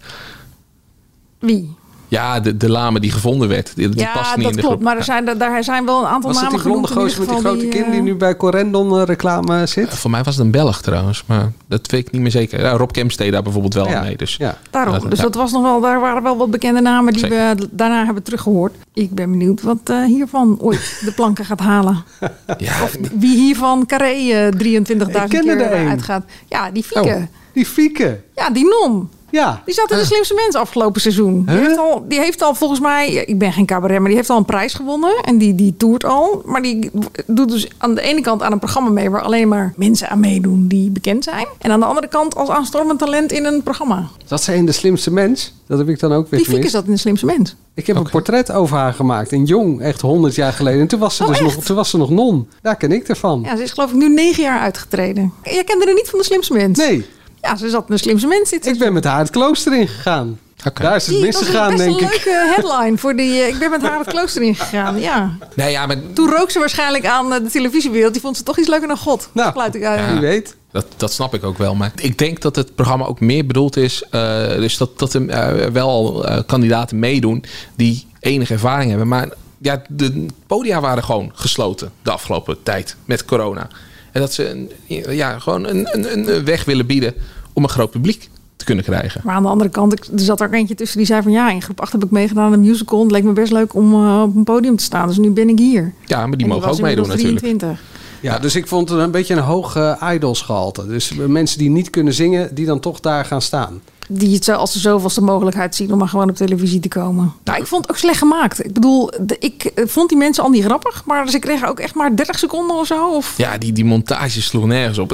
Wie? Ja, de lame die gevonden werd. Die past niet in de klopt. groep. Maar er zijn wel een aantal namen genoemd. Was het die blonde gozer met die grote kin die nu bij Corendon reclame zit? Voor mij was het een Belg trouwens, maar dat weet ik niet meer zeker. Ja, Rob Kemp deed daar bijvoorbeeld wel mee. Dus. Ja. Daarom. Dus dat was nog wel, daar waren wel wat bekende namen die we daarna hebben teruggehoord. Ik ben benieuwd wat hiervan ooit de planken gaat halen. Ja, of wie hiervan Carré 23.000 keer uitgaat. Ja, die Fieke. Oh, die Fieke. Ja, die non. Ja. Die zat in de slimste mens afgelopen seizoen. Die heeft al volgens mij, ik ben geen cabaret, maar die heeft al een prijs gewonnen. En die toert al. Maar die doet dus aan de ene kant aan een programma mee waar alleen maar mensen aan meedoen die bekend zijn. En aan de andere kant als aanstormend talent in een programma. Zat zij in de slimste mens? Dat heb ik dan ook weer Die Fieke zat in de slimste mens. Ik heb een portret over haar gemaakt. In jong, echt 100 jaar geleden. En toen was ze nog non. Daar ken ik ervan. Ja, ze is geloof ik nu 9 jaar uitgetreden. Jij kende er niet van de slimste mens? Nee. Ja, ze zat in de slimste mens. Ik ben met haar het klooster ingegaan. Daar is het misgegaan, denk ik. Dat is best een leuke headline voor die... ik ben met haar het klooster ingegaan, ja. Nee, ja, maar... Toen rook ze waarschijnlijk aan de televisiewereld. Die vond ze toch iets leuker dan God. Nou, sluit ik uit. Wie weet. Dat snap ik ook wel. Maar ik denk dat het programma ook meer bedoeld is. Dus dat er wel kandidaten meedoen die enige ervaring hebben. Maar ja, de podia waren gewoon gesloten de afgelopen tijd met corona. En dat ze gewoon een weg willen bieden om een groot publiek te kunnen krijgen. Maar aan de andere kant, er zat er eentje tussen die zei van ja, in groep 8 heb ik meegedaan aan een musical. Het leek me best leuk om op een podium te staan. Dus nu ben ik hier. Ja, maar die mogen ook meedoen 23. Natuurlijk. Ja, dus ik vond het een beetje een hoog idolsgehalte. Dus mensen die niet kunnen zingen, die dan toch daar gaan staan. Die het als de zoveelste mogelijkheid zien om maar gewoon op televisie te komen. Nou, ik vond het ook slecht gemaakt. Ik bedoel, ik vond die mensen al niet grappig. Maar ze kregen ook echt maar 30 seconden of zo. Of... Ja, die montage sloeg nergens op.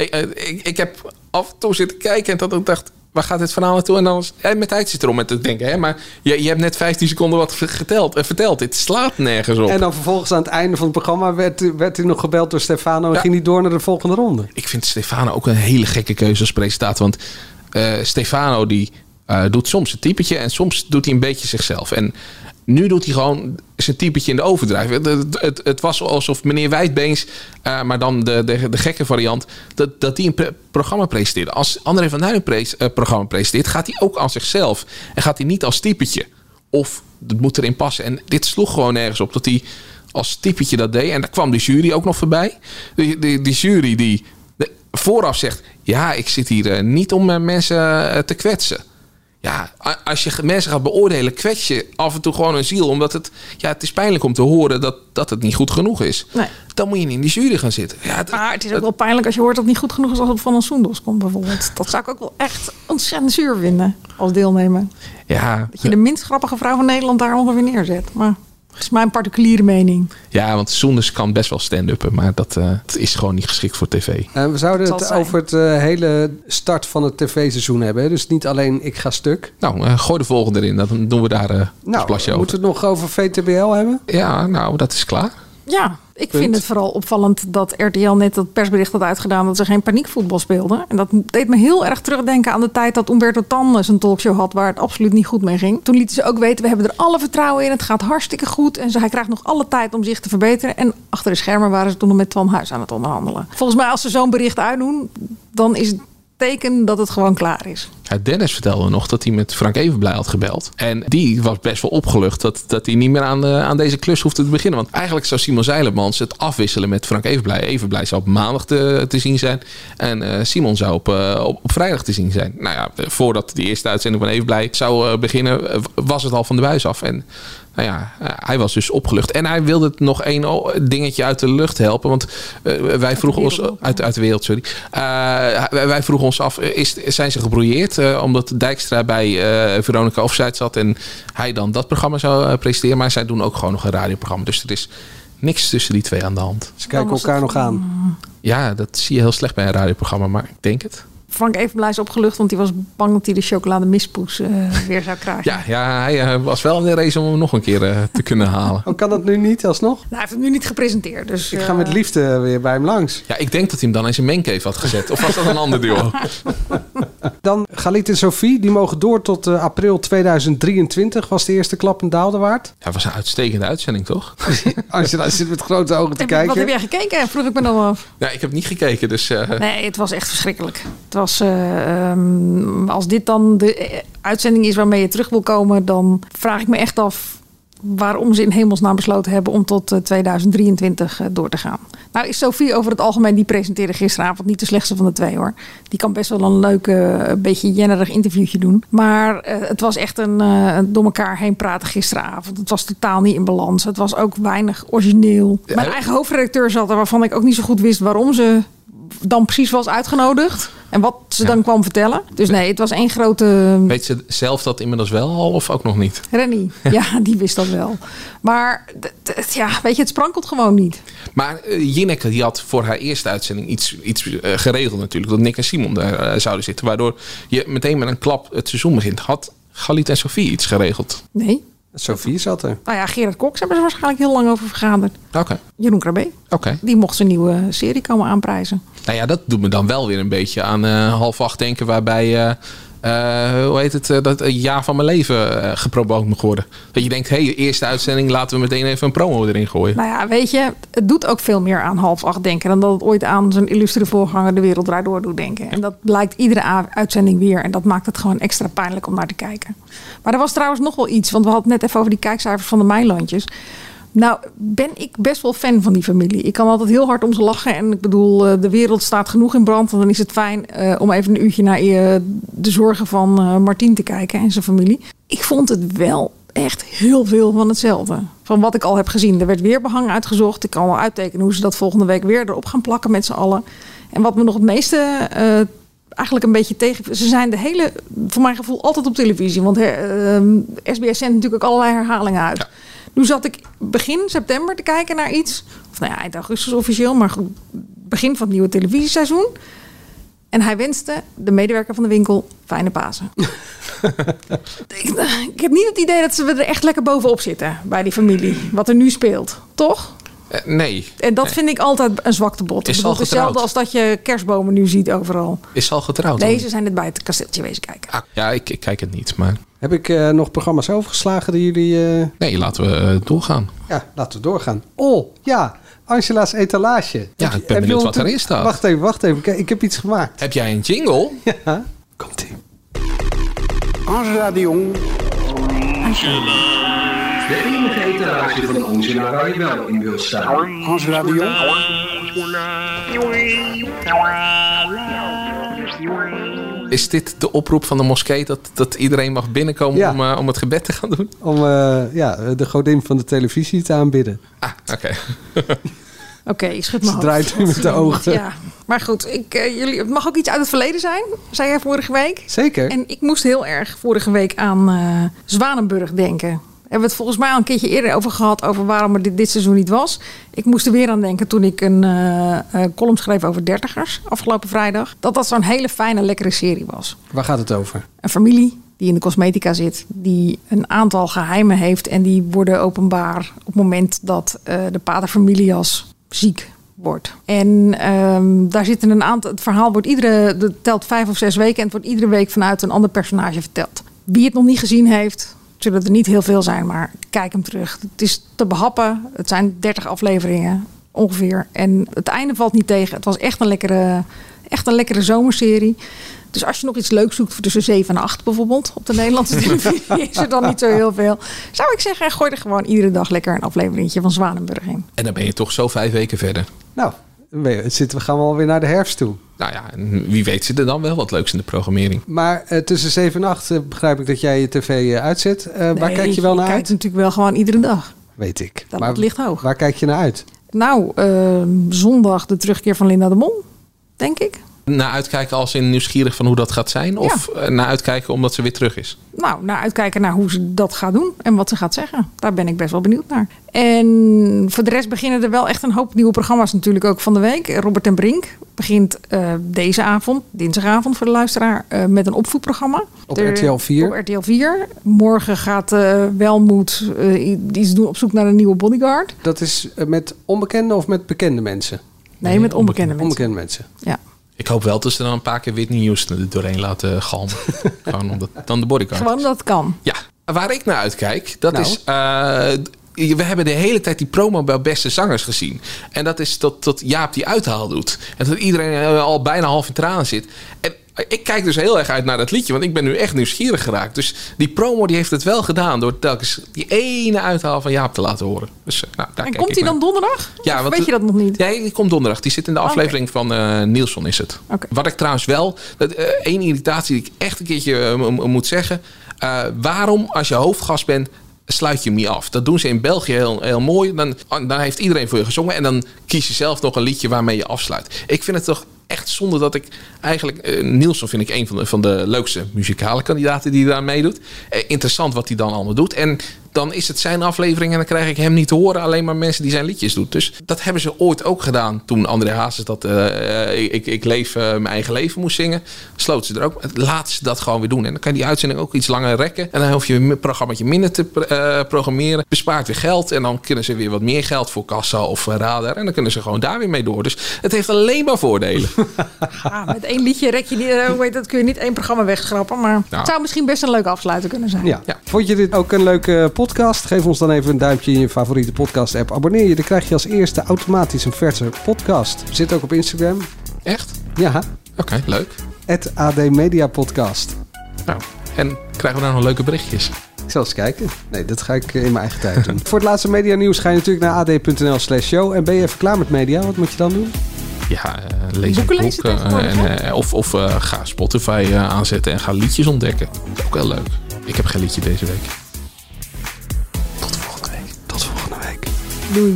Ik heb af en toe zitten kijken en dat ik dacht, waar gaat dit verhaal naartoe? En dan met tijd zit erom met te denken. Hè? Maar je hebt net 15 seconden wat verteld. Dit slaat nergens op. En dan vervolgens aan het einde van het programma werd hij nog gebeld door Stefano en ging hij door naar de volgende ronde. Ik vind Stefano ook een hele gekke keuze als presentator. Want Stefano die doet soms een typetje en soms doet hij een beetje zichzelf. En nu doet hij gewoon is een typetje in de overdrijve. Het was alsof meneer Wijdbeens, maar dan de gekke variant, dat die een programma presenteerde. Als André van Duin een programma presenteert, gaat hij ook aan zichzelf. En gaat hij niet als typetje. Of dat moet erin passen. En dit sloeg gewoon nergens op dat hij als typetje dat deed. En daar kwam de jury ook nog voorbij. Die jury die vooraf zegt, ja, ik zit hier niet om mensen te kwetsen. Ja, als je mensen gaat beoordelen, kwets je af en toe gewoon een ziel. Omdat het is pijnlijk om te horen dat het niet goed genoeg is. Nee. Dan moet je niet in die jury gaan zitten. Ja, maar het is ook wel pijnlijk als je hoort dat het niet goed genoeg is als het van een Soendos komt bijvoorbeeld. Dat zou ik ook wel echt ontzettend zuur vinden als deelnemer. Ja. Dat je de minst grappige vrouw van Nederland daar ongeveer neerzet. Maar dat is mijn particuliere mening. Ja, want Soendos kan best wel stand-uppen. Maar dat is gewoon niet geschikt voor tv. We zouden het over het hele start van het tv-seizoen hebben. Hè? Dus niet alleen ik ga stuk. Nou, gooi de volgende erin. Dan doen we daar een plasje over. Moeten we het nog over VTBL hebben? Ja, nou, dat is klaar. Ja, ik vind het vooral opvallend dat RTL net dat persbericht had uitgedaan dat ze geen paniekvoetbal speelden. En dat deed me heel erg terugdenken aan de tijd dat Umberto Tan zijn talkshow had waar het absoluut niet goed mee ging. Toen lieten ze ook weten, we hebben er alle vertrouwen in, het gaat hartstikke goed. En hij krijgt nog alle tijd om zich te verbeteren. En achter de schermen waren ze toen nog met Twan Huis aan het onderhandelen. Volgens mij als ze zo'n bericht uitdoen, dan is het teken dat het gewoon klaar is. Ja, Dennis vertelde nog dat hij met Frank Evenblij had gebeld. En die was best wel opgelucht dat hij niet meer aan deze klus hoefde te beginnen. Want eigenlijk zou Simon Zeilemans het afwisselen met Frank Evenblij. Evenblij zou op maandag te zien zijn. En Simon zou op vrijdag te zien zijn. Nou ja, voordat die eerste uitzending van Evenblij zou beginnen, was het al van de buis af. En nou ja, hij was dus opgelucht. En hij wilde het nog één dingetje uit de lucht helpen. Want wij vroegen ons... Uit de wereld, sorry. Wij vroegen ons af, zijn ze gebrouilleerd? Omdat Dijkstra bij Veronica Offside zat. En hij dan dat programma zou presenteren. Maar zij doen ook gewoon nog een radioprogramma. Dus er is niks tussen die twee aan de hand. Ze kijken elkaar nog aan. Ja, dat zie je heel slecht bij een radioprogramma. Maar ik denk het. Frank Evenblij is opgelucht, want hij was bang dat hij de chocolademispous weer zou krijgen. Ja, hij was wel in de race om hem nog een keer te kunnen halen. Hoe kan dat nu niet alsnog? Nou, hij heeft hem nu niet gepresenteerd. Dus, ik ga met liefde weer bij hem langs. Ja, ik denk dat hij hem dan in zijn mancave had gezet. Of was dat een ander duo? Dan Galit en Sophie, die mogen door tot april 2023. Was de eerste klap een daalde waard? Ja, dat was een uitstekende uitzending, toch? Als je daar zit met grote ogen te kijken. Wat heb jij gekeken? Vroeg ik me dan af. Ja, ik heb niet gekeken, dus... Nee, het was echt verschrikkelijk. Het was, als dit dan de uitzending is waarmee je terug wil komen, dan vraag ik me echt af waarom ze in hemelsnaam besloten hebben om tot 2023 door te gaan. Nou is Sophie over het algemeen, die presenteerde gisteravond niet de slechtste van de twee hoor. Die kan best wel een leuk, beetje jennerig interviewtje doen. Maar het was echt een door elkaar heen praten gisteravond. Het was totaal niet in balans. Het was ook weinig origineel. Mijn eigen hoofdredacteur zat er waarvan ik ook niet zo goed wist waarom ze dan precies was uitgenodigd. En wat ze dan kwam vertellen. Dus nee, het was één grote... Weet ze zelf dat inmiddels wel al of ook nog niet? Rennie, ja, die wist dat wel. Maar ja, weet je, het sprankelt gewoon niet. Maar Jinneke die had voor haar eerste uitzending iets geregeld natuurlijk. Dat Nick en Simon daar zouden zitten. Waardoor je meteen met een klap het seizoen begint. Had Galit en Sophie iets geregeld? Nee. Sophie zat er. Nou ja, Gerard Cox hebben ze waarschijnlijk heel lang over vergaderd. Oké. Jeroen Krabbe. Oké. Die mocht zijn nieuwe serie komen aanprijzen. Nou ja, dat doet me dan wel weer een beetje aan 7:30 denken. Waarbij, hoe heet het, dat jaar van mijn leven gepromoot mag worden. Dat je denkt, de eerste uitzending, laten we meteen even een promo erin gooien. Nou ja, weet je, het doet ook veel meer aan 7:30 denken dan dat het ooit aan zijn illustere voorganger De Wereld Draait Door doet denken. En dat blijkt iedere uitzending weer. En dat maakt het gewoon extra pijnlijk om naar te kijken. Maar er was trouwens nog wel iets, want we hadden het net even over die kijkcijfers van de Meilandjes. Nou, ben ik best wel fan van die familie. Ik kan altijd heel hard om ze lachen. En ik bedoel, de wereld staat genoeg in brand. En dan is het fijn om even een uurtje naar de zorgen van Martien te kijken en zijn familie. Ik vond het wel echt heel veel van hetzelfde. Van wat ik al heb gezien. Er werd weer behang uitgezocht. Ik kan wel uittekenen hoe ze dat volgende week weer erop gaan plakken met z'n allen. En wat me nog het meeste... eigenlijk een beetje tegen... Ze zijn de hele, voor mijn gevoel, altijd op televisie. Want SBS zendt natuurlijk ook allerlei herhalingen uit. Ja. Nu zat ik begin september te kijken naar iets. Of nou ja, eind augustus officieel. Maar goed, begin van het nieuwe televisieseizoen. En hij wenste de medewerker van de winkel fijne Pasen. Ik heb niet het idee dat ze er echt lekker bovenop zitten. Bij die familie. Wat er nu speelt. Toch? Nee. En dat vind ik altijd een zwaktebod. Is ze al hetzelfde getrouwd? als dat je kerstbomen nu ziet overal. Is ze al getrouwd? Nee, dan? ze zijn net bij het kasteeltje wezen kijken. Ja, ik kijk het niet, maar... Heb ik nog programma's overgeslagen die jullie... Nee, laten we doorgaan. Ja, laten we doorgaan. Oh, ja. Angela's etalage. Ja, ik ben benieuwd wat erin staat. Wacht even. Kijk, ik heb iets gemaakt. Heb jij een jingle? Ja. Komt-ie. Angela de Jong. De enige etalage van Angela waar je wel in wil staan. Angela de Jong. Is dit de oproep van de moskee dat iedereen mag binnenkomen om het gebed te gaan doen? Om de godin van de televisie te aanbidden. Ah, oké. Oké, ik schud mijn Ze hoofd. draait nu met de ogen. Ja, maar goed, het mag ook iets uit het verleden zijn, zei jij vorige week. Zeker. En ik moest heel erg vorige week aan Zwanenburg denken. Hebben we het volgens mij al een keertje eerder over gehad... over waarom er dit seizoen niet was. Ik moest er weer aan denken toen ik een column schreef over dertigers... afgelopen vrijdag. Dat zo'n hele fijne, lekkere serie was. Waar gaat het over? Een familie die in de cosmetica zit... die een aantal geheimen heeft... en die worden openbaar op het moment dat de pater familias ziek wordt. En daar zitten een aantal... Het verhaal wordt dat telt 5 of 6 weken... en het wordt iedere week vanuit een ander personage verteld. Wie het nog niet gezien heeft... zullen er niet heel veel zijn, maar kijk hem terug. Het is te behappen. Het zijn 30 afleveringen ongeveer. En het einde valt niet tegen. Het was echt een lekkere zomerserie. Dus als je nog iets leuks zoekt voor tussen 7 en 8 bijvoorbeeld... op de Nederlandse televisie is er dan niet zo heel veel. Zou ik zeggen, gooi er gewoon iedere dag lekker een afleveringetje van Zwanenburg in. En dan ben je toch zo 5 weken verder. Nou, we gaan alweer naar de herfst toe. Nou ja, en wie weet zit er dan wel wat leuks in de programmering. Maar tussen 7 en 8 begrijp ik dat jij je tv uitzet. Waar kijk je wel naar uit? Ik kijk natuurlijk wel gewoon iedere dag. Weet ik. Dat het ligt hoog. Waar kijk je naar uit? Nou, zondag de terugkeer van Linda de Mol, denk ik. Naar uitkijken als in nieuwsgierig van hoe dat gaat zijn? Of naar uitkijken omdat ze weer terug is? Nou, naar uitkijken naar hoe ze dat gaat doen en wat ze gaat zeggen. Daar ben ik best wel benieuwd naar. En voor de rest beginnen er wel echt een hoop nieuwe programma's natuurlijk ook van de week. Robert en Brink begint deze avond, dinsdagavond voor de luisteraar, met een opvoedprogramma. Op RTL 4. Op RTL 4. Morgen gaat Welmoed iets doen op zoek naar een nieuwe bodyguard. Dat is met onbekende of met bekende mensen? Nee, met onbekende mensen. Onbekende mensen. Ja. Ik hoop wel dat ze dan een paar keer Whitney Houston er doorheen laten galmen. Gewoon omdat dan de bodyguard. Gewoon dat het kan. Ja, waar ik naar uitkijk, dat is... we hebben de hele tijd die promo bij Beste Zangers gezien. En dat is tot Jaap die uithaal doet. En dat iedereen al bijna half in tranen zit. En ik kijk dus heel erg uit naar dat liedje. Want ik ben nu echt nieuwsgierig geraakt. Dus die promo die heeft het wel gedaan. Door telkens die ene uithaal van Jaap te laten horen. Dus, daar en komt hij dan donderdag? Ja, weet je dat nog niet? Nee, die komt donderdag. Die zit in de aflevering van Nielsen is het. Okay. Wat ik trouwens wel... één irritatie die ik echt een keertje moet zeggen. Waarom als je hoofdgast bent... sluit je hem niet af. Dat doen ze in België heel mooi. Dan heeft iedereen voor je gezongen. En dan kies je zelf nog een liedje waarmee je afsluit. Ik vind het toch echt zonde dat ik eigenlijk... Nielsen vind ik een van de leukste muzikale kandidaten die daar meedoet. Interessant wat hij dan allemaal doet. En dan is het zijn aflevering en dan krijg ik hem niet te horen. Alleen maar mensen die zijn liedjes doet. Dus dat hebben ze ooit ook gedaan. Toen André Hazes dat ik leef mijn eigen leven moest zingen. Sloot ze er ook. Laat ze dat gewoon weer doen. En dan kan je die uitzending ook iets langer rekken. En dan hoef je een programmaatje minder te programmeren. Bespaart weer geld. En dan kunnen ze weer wat meer geld voor kassa of radar. En dan kunnen ze gewoon daar weer mee door. Dus het heeft alleen maar voordelen. Met één liedje rek je niet, dat kun je niet één programma wegschrappen. Maar het zou misschien best een leuke afsluiter kunnen zijn. Ja. Vond je dit ook een leuke podcast? Geef ons dan even een duimpje in je favoriete podcast app. Abonneer je, dan krijg je als eerste automatisch een verse podcast. We zitten ook op Instagram. Echt? Ja. Oké, leuk. @AD Media Podcast. Nou, en krijgen we nou nog leuke berichtjes? Ik zal eens kijken. Nee, dat ga ik in mijn eigen tijd doen. Voor het laatste media nieuws ga je natuurlijk naar ad.nl/show. En ben je even klaar met media? Wat moet je dan doen? Ja, lees een boek. Of ga Spotify aanzetten en ga liedjes ontdekken. Dat is ook wel leuk. Ik heb geen liedje deze week. Tot volgende week. Tot volgende week. Doei.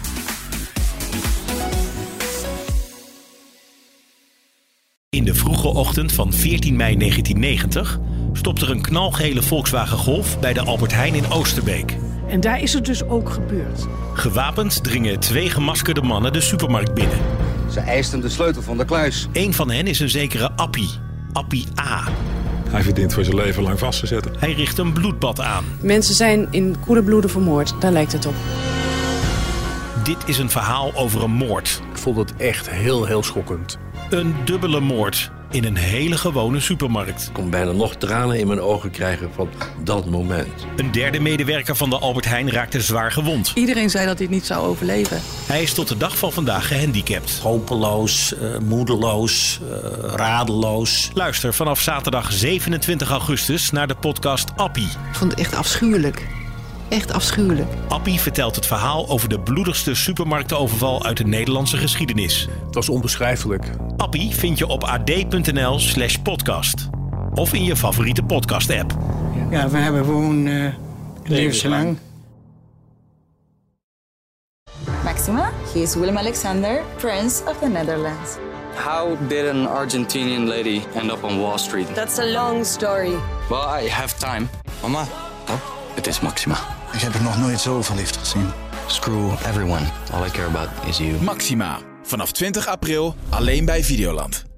In de vroege ochtend van 14 mei 1990 stopt er een knalgele Volkswagen Golf bij de Albert Heijn in Oosterbeek. En daar is het dus ook gebeurd. Gewapend dringen 2 gemaskerde mannen de supermarkt binnen. Ze eisten de sleutel van de kluis. Eén van hen is een zekere Appie. Appie A. Hij verdient voor zijn leven lang vast te zetten. Hij richt een bloedbad aan. Mensen zijn in koele bloeden vermoord, daar lijkt het op. Dit is een verhaal over een moord. Ik vond het echt heel schokkend. Een dubbele moord in een hele gewone supermarkt. Ik kon bijna nog tranen in mijn ogen krijgen van dat moment. Een derde medewerker van de Albert Heijn raakte zwaar gewond. Iedereen zei dat hij het niet zou overleven. Hij is tot de dag van vandaag gehandicapt. Hopeloos, moedeloos, radeloos. Luister vanaf zaterdag 27 augustus naar de podcast Appie. Ik vond het echt afschuwelijk. Echt afschuwelijk. Appie vertelt het verhaal over de bloedigste supermarktenoverval uit de Nederlandse geschiedenis. Het was onbeschrijfelijk. Appie vind je op ad.nl/podcast. Of in je favoriete podcast-app. Ja, we hebben gewoon levenslang. Maxima, he is Willem Alexander, Prince of the Netherlands. How did an Argentinian lady end up on Wall Street? That's a long story. Well, I have time. Mama, Het is Maxima. ik heb er nog nooit zo verliefd gezien. Screw everyone. All I care about is you. Maxima. Vanaf 20 april alleen bij Videoland.